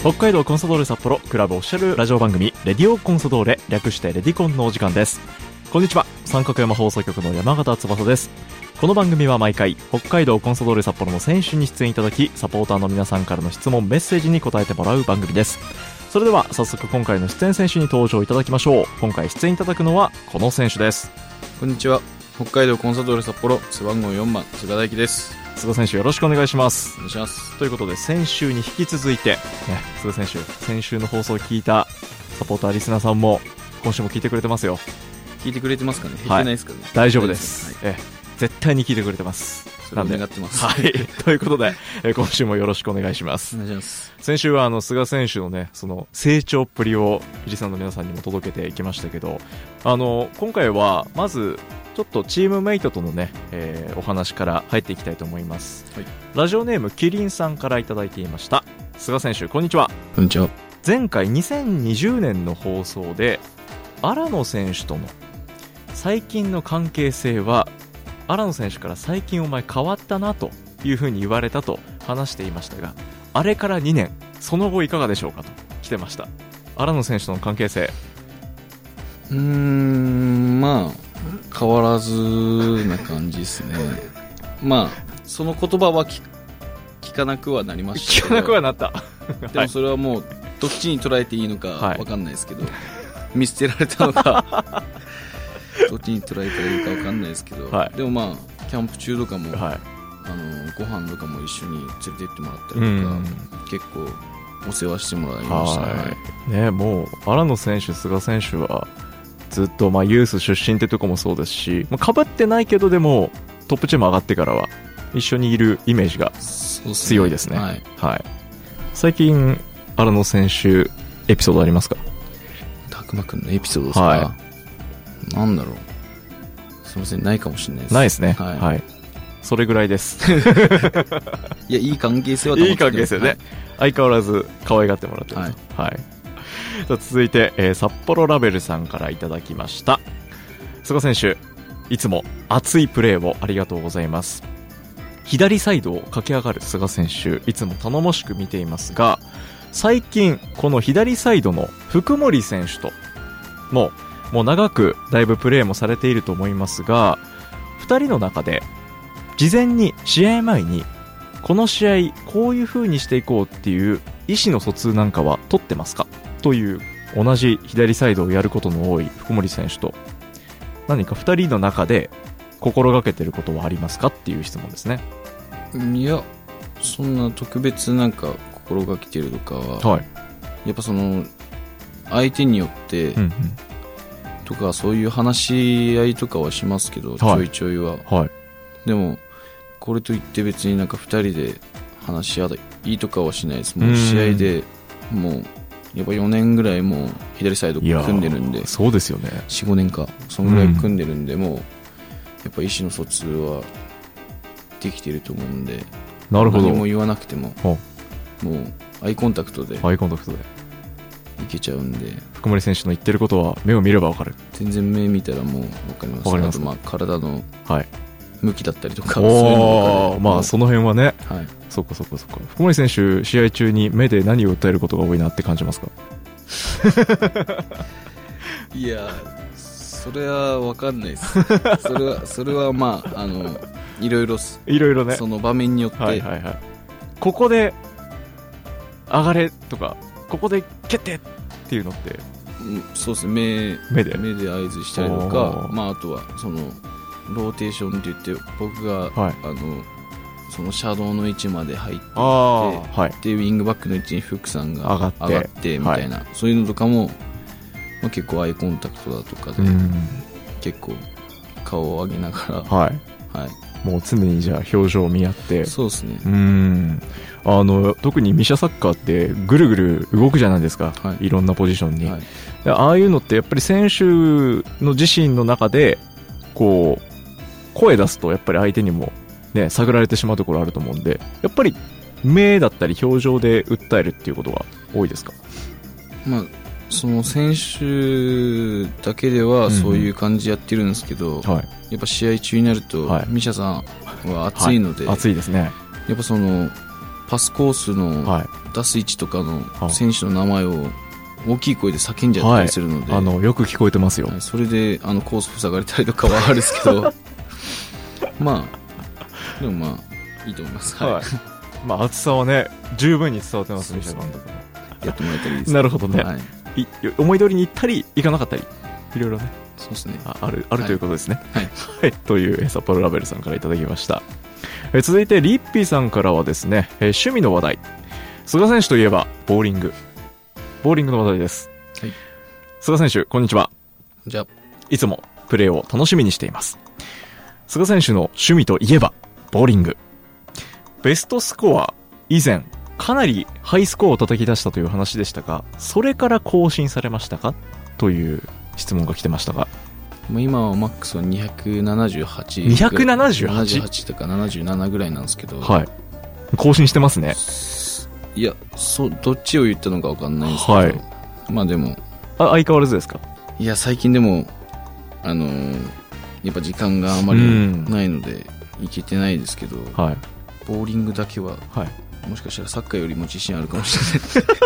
北海道コンサドーレ札幌クラブオフィシャルラジオ番組レディオコンサドーレ、略してレディコンのお時間です。こんにちは、三角山放送局の山形翼です。この番組は毎回北海道コンサドーレ札幌の選手に出演いただき、サポーターの皆さんからの質問メッセージに答えてもらう番組です。それでは早速今回の出演選手に登場いただきましょう。今回出演いただくのはこの選手です。 こんにちは、北海道コンサドーレ札幌背番号4番菅大輝です。 菅選手、よろしくお願いします。 お願いします。 ということで先週に引き続いて、菅選手、先週の放送を聞いたサポーターリスナーさんも今週も聞いてくれてますよ。 聞いてくれてますかね。減ってないですかね。 大丈夫です、絶対に聞いてくれてます。 それを願ってます。 ということで、今週もよろしくお願いします。 お願いします。 先週は菅選手のね、その成長っぷりをリスナーの皆さんにも届けていきましたけど、今回はまずちょっとチームメイトとのね、お話から入っていきたいと思います、ラジオネームキリンさんからいただいていました。菅選手、こんにちは。 こんにちは。 前回2020年の放送で荒野選手との最近の関係性は、荒野選手から最近お前変わったなというふうに言われたと話していましたが、あれから2年、その後いかがでしょうかと来てました。荒野選手との関係性。 まあ変わらずな感じですね。まあその言葉は聞かなくはなりましたけど。 聞かなくはなったでもそれはもうどっちに捉えていいのか分かんないですけど、見捨てられたのかどっちに捉えたらいいか分かんないですけど、でもまあキャンプ中とかも、ご飯とかも一緒に連れて行ってもらったりとか、結構お世話してもらいましたね。 もう荒野選手、菅選手はずっとユース出身ってとこもそうですし、被ってないけどでもトップチーム上がってからは一緒にいるイメージが強いですね。最近荒野選手エピソードありますか？ 拓磨君のエピソードですか？なんだろう、すみません、ないかもしれないです。 ないですね。それぐらいですいや、いい関係性は保って、いい関係性ね、相変わらず可愛がってもらってると。続いて、札幌ラベルさんからいただきました。菅選手、いつも熱いプレーをありがとうございます。左サイドを駆け上がる菅選手、いつも頼もしく見ていますが、最近この左サイドの福森選手ともう長くだいぶプレーもされていると思いますが、2人の中で事前に試合前にこの試合こういう風にしていこうっていう意思の疎通なんかは取ってますかという、同じ左サイドをやることの多い福森選手と何か2人の中で心がけてることはありますかっていう質問ですね。 いや、そんな特別なんか心がけてるとかは、やっぱその相手によってとかそういう話し合いとかはしますけど、ちょいちょいは、でもこれといって別になんか2人で話し合いとかはしないです。もう試合でもうやっぱ4年ぐらいもう左サイド組んでるんで、 そうですよね、 4,5 年かそんぐらい組んでるんで、もうやっぱ意思の疎通はできてると思うんで、 なるほど、 何も言わなくてももうアイコンタクトでいけちゃうんで、 福森選手の言ってることは目を見れば分かる。 全然目見たらもう分かります。あと体の向きだったりとか、 そういうのその辺はね、そっか。福森選手、試合中に目で何を訴えることが多いなって感じますか？ いや、それは分かんないです。それはいろいろね、その場面によって、 ここで上がれとかここで蹴ってっていうのって、 そうですね、目で合図したりとか、あとはそのローテーションって言って、僕が、そのシャドウの位置まで入っていって、でウィングバックの位置に福さんが上がってみたいな、そういうのとかも、結構アイコンタクトだとかで結構顔を上げながら、 もう常にじゃあ表情を見合って。そうですね。特にミシャサッカーってぐるぐる動くじゃないですか、いろんなポジションに、ああいうのってやっぱり選手の自身の中でこう声出すとやっぱり相手にもね探られてしまうところあると思うんで、やっぱり目だったり表情で訴えるっていうことが多いですか？ その選手だけではそういう感じやってるんですけど、やっぱ試合中になると、ミシャさんは熱いので、 熱いですね。 やっぱそのパスコースの出す位置とかの選手の名前を大きい声で叫んじゃったりするので、 よく聞こえてますよ。 それでコース塞がれたりとかはあるんですけどまあでもいいと思います。はい。 熱さはね十分に伝わってますね。 やってもらえたらいいです。 なるほどね。思い通りに行ったり行かなかったりいろいろね。 そうですね。 あるということですね。 はい。 という札幌ラベルさんからいただきました。続いてリッピーさんからはですね、趣味の話題。菅選手といえばボーリングの話題です。 はい。 菅選手こんにちは。 じゃあいつもプレーを楽しみにしています。菅選手の趣味といえばボーリング。ベストスコア以前かなりハイスコアを叩き出したという話でしたが、それから更新されましたかという質問が来てましたが、 今はマックスは278 278 とか77ぐらいなんですけど、 はい、更新してますね。 いやどっちを言ったのか分かんないんですけど、はい、でも相変わらずですか？いや最近でもやっぱ時間があまりないので行けてないですけど、 はい、 ボーリングだけは、 はい、 もしかしたらサッカーよりも自信あるかもしれない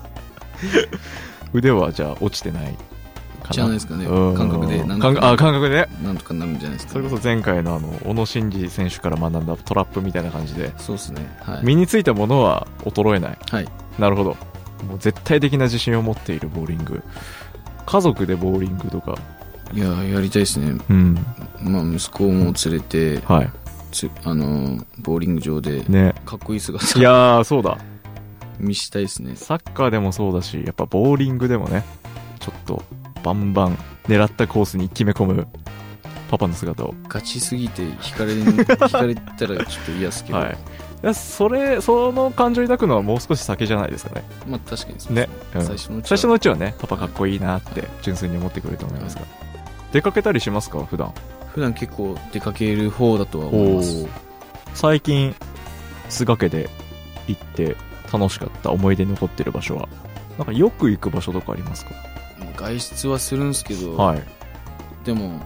腕はじゃあ落ちてないかなじゃないですかね。感覚で感覚でなんとかなるんじゃないですか、ね、 それこそ前回の小野伸二選手から学んだトラップみたいな感じで、 そうですね、はい、 身についたものは衰えない、 はい、 なるほど。もう絶対的な自信を持っているボーリング。家族でボーリングとかやりたいですね、息子も連れて、 はい、 ボーリング場でかっこいい姿、 いやそうだ見したいですね。 サッカーでもそうだし、やっぱボーリングでもね、ちょっとバンバン狙ったコースに決め込むパパの姿を。 ガチすぎて引かれたらちょっと嫌ですけど、 はい、その感情を抱くのはもう少し先じゃないですかね。 確かにそうですね、 最初のうちはね、パパかっこいいなって純粋に思ってくれると思いますが、出かけたりしますか？普段結構出かける方だとは思います。 最近菅家で行って楽しかった思い出に残ってる場所はなんかよく行く場所とかありますか？ 外出はするんですけど、 はい、 でも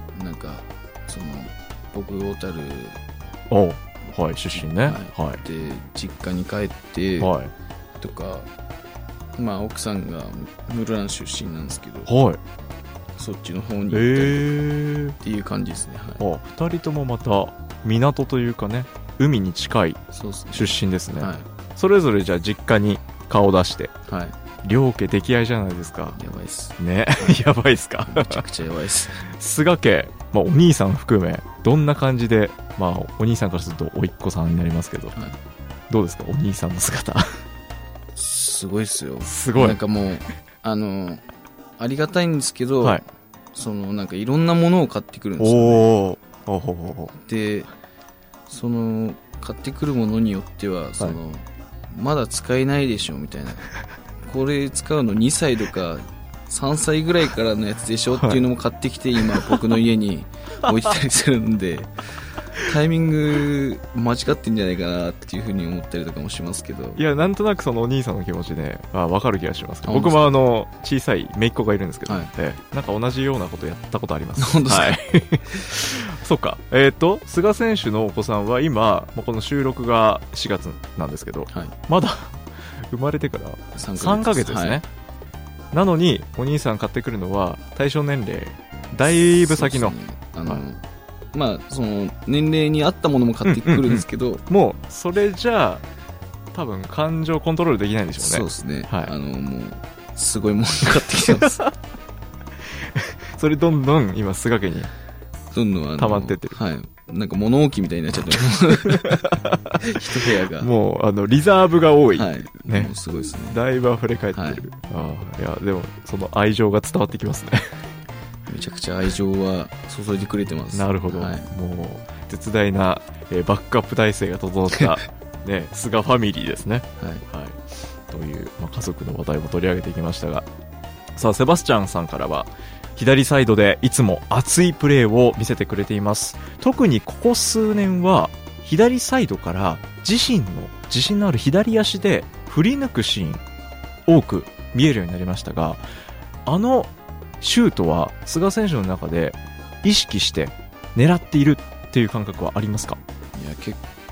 僕小樽はい、出身ね、 はい、で実家に帰ってとか、奥さんが室蘭出身なんですけど、 はい、 そっちの方に行ったりとかっていう感じですね。 2人ともまた港というかね、海に近い出身ですね。はい、それぞれじゃあ実家に顔出して、 はい、 両家溺愛じゃないですか。 やばいっすねやばいっすか？ めちゃくちゃやばいっす菅家、お兄さん含めどんな感じで、お兄さんからすると甥っ子さんになりますけど、はい、どうですかお兄さんの姿？ すごいっすよ。 すごい。 なんかもうありがたいんですけど、はい、いろんなものを買ってくるんですよね。で買ってくるものによってはまだ使えないでしょみたいな、これ使うの2歳とか3歳ぐらいからのやつでしょっていうのも買ってきて、今僕の家に置いてたりするんでタイミング間違ってんじゃないかなっていうふうに思ったりとかもしますけど、 いやなんとなくそのお兄さんの気持ちで分かる気がします。僕も小さい姪っ子がいるんですけど、なんか同じようなことやったことあります。 本当ですか？ はいそうか。菅選手のお子さんは今この収録が4月なんですけど、まだ生まれてから3ヶ月ですね。なのにお兄さん買ってくるのは対象年齢だいぶ先の、 その年齢に合ったものも買ってくるんですけどもうそれじゃあ多分感情コントロールできないんでしょうね。 そうですね、はい、もうすごいもの買ってきてますそれどんどん今菅家にどんどん溜まってってる。 はい、なんか物置みたいになっちゃって一部屋がもうリザーブが多い、 はいね、 もうすごいですね。 だいぶ溢れ返ってる、はい、いやでもその愛情が伝わってきますねめちゃくちゃ愛情は注いでくれてます。 なるほど、もう絶大な、バックアップ体制が整った、ね、菅ファミリーですね、はいという、家族の話題も取り上げていきましたが、さあセバスチャンさんからは左サイドでいつも熱いプレーを見せてくれています。特にここ数年は左サイドから自身の自信のある左足で振り抜くシーン多く見えるようになりましたが、シュートは菅選手の中で意識して狙っているっていう感覚はありますか？ いや結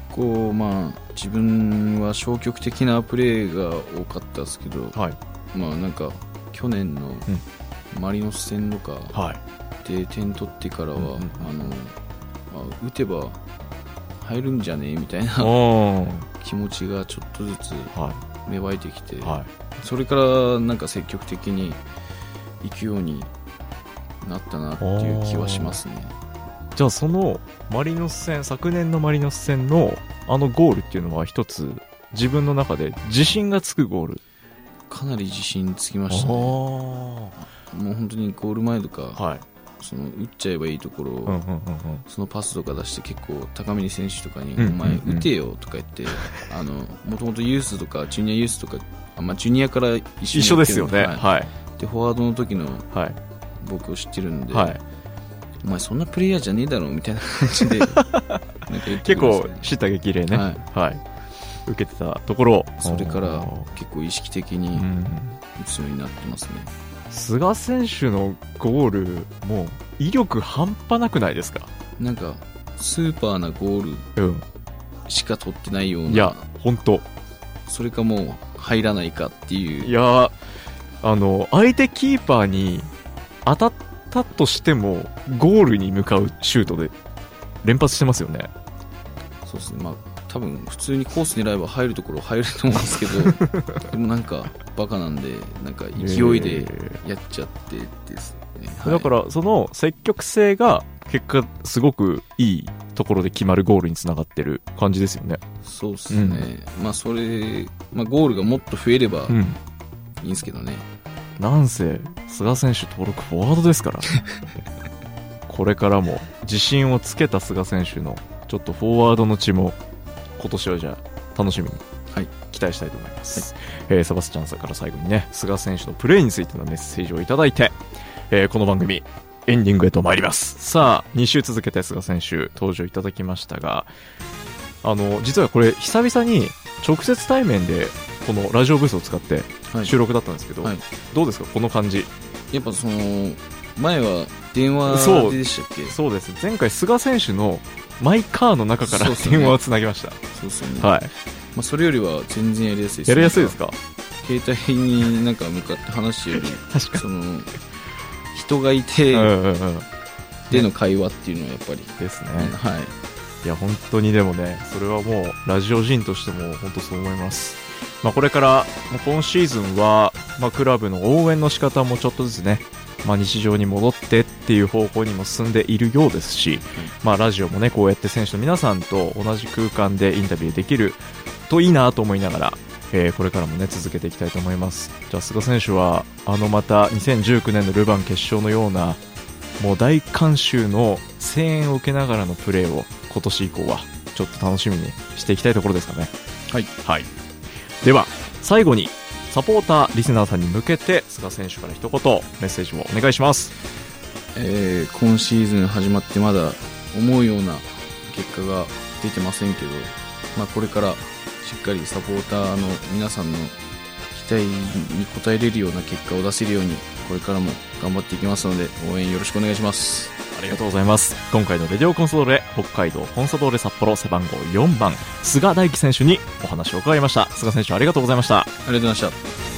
構自分は消極的なプレーが多かったですけど、はい、なんか去年のマリノス戦とかで点取ってからは、打てば入るんじゃねえみたいな気持ちがちょっとずつ芽生えてきて、それからなんか積極的に行くようになったなっていう気はしますね。 じゃあそのマリノス戦、昨年のマリノス戦のゴールっていうのは一つ自分の中で自信がつくゴール？ かなり自信つきましたね。もう本当にゴール前とか、その打っちゃえばいいところを、そのパスとか出して結構高峰選手とかに、お前打てよとか言ってもともとユースとかジュニアユースとか、ジュニアから一緒ですよね。 でフォワードの時の僕を知ってるんで、お前そんなプレイヤーじゃねえだろみたいな感じでなんか言ってくるんですよね。結構叱咤激励ね、受けてたところ、 それから結構意識的に打つようになってますね。 菅選手のゴールも威力半端なくないですか？ なんかスーパーなゴールしか取ってないような、 いや本当それかもう入らないかっていう。 いや相手キーパーに当たったとしてもゴールに向かうシュートで連発してますよね。 そうですね。多分普通にコース狙えば入るところ入ると思うんですけどでもなんかバカなんでなんか勢いでやっちゃってですね、 だからその積極性が結果すごくいいところで決まるゴールにつながってる感じですよね。 そうですね、それ、ゴールがもっと増えればいいんですけどね。 なんせ菅選手登録フォワードですからこれからも自信をつけた菅選手のちょっとフォワードの血も今年はじゃあ楽しみに期待したいと思います、サバスチャンさんから最後にね、菅選手のプレーについてのメッセージをいただいて、この番組エンディングへと参ります。さあ2週続けて菅選手登場いただきましたが、実はこれ久々に直接対面でこのラジオブースを使って収録だったんですけど、どうですかこの感じ？やっぱその前は電話でしたっけ？ そうです。前回菅選手のマイカーの中から電話をつなぎました。 そうですよね。それよりは全然やりやすいです。 やりやすいですか？ 携帯になんか向かって話してより確かその人がいてでの会話っていうのはやっぱりですね。いや本当にでもね、それはもうラジオ人としても本当そう思います。これから今シーズンは、クラブの応援の仕方もちょっとずつね、日常に戻ってっていう方向にも進んでいるようですし、ラジオもねこうやって選手の皆さんと同じ空間でインタビューできるといいなと思いながら、これからもね続けていきたいと思います。じゃあ菅選手はまた2019年のルヴァン決勝のようなもう大観衆の声援を受けながらのプレーを今年以降はちょっと楽しみにしていきたいところですかね。では最後にサポーターリスナーさんに向けて菅選手から一言メッセージをお願いします。 今シーズン始まってまだ思うような結果が出てませんけど、これからしっかりサポーターの皆さんの期待に応えれるような結果を出せるようにこれからも頑張っていきますので応援よろしくお願いします。 ありがとうございます。今回のレディオコンサドーレ北海道コンサドーレ札幌背番号4番菅大輝選手にお話を伺いました。菅選手ありがとうございました。 ありがとうございました。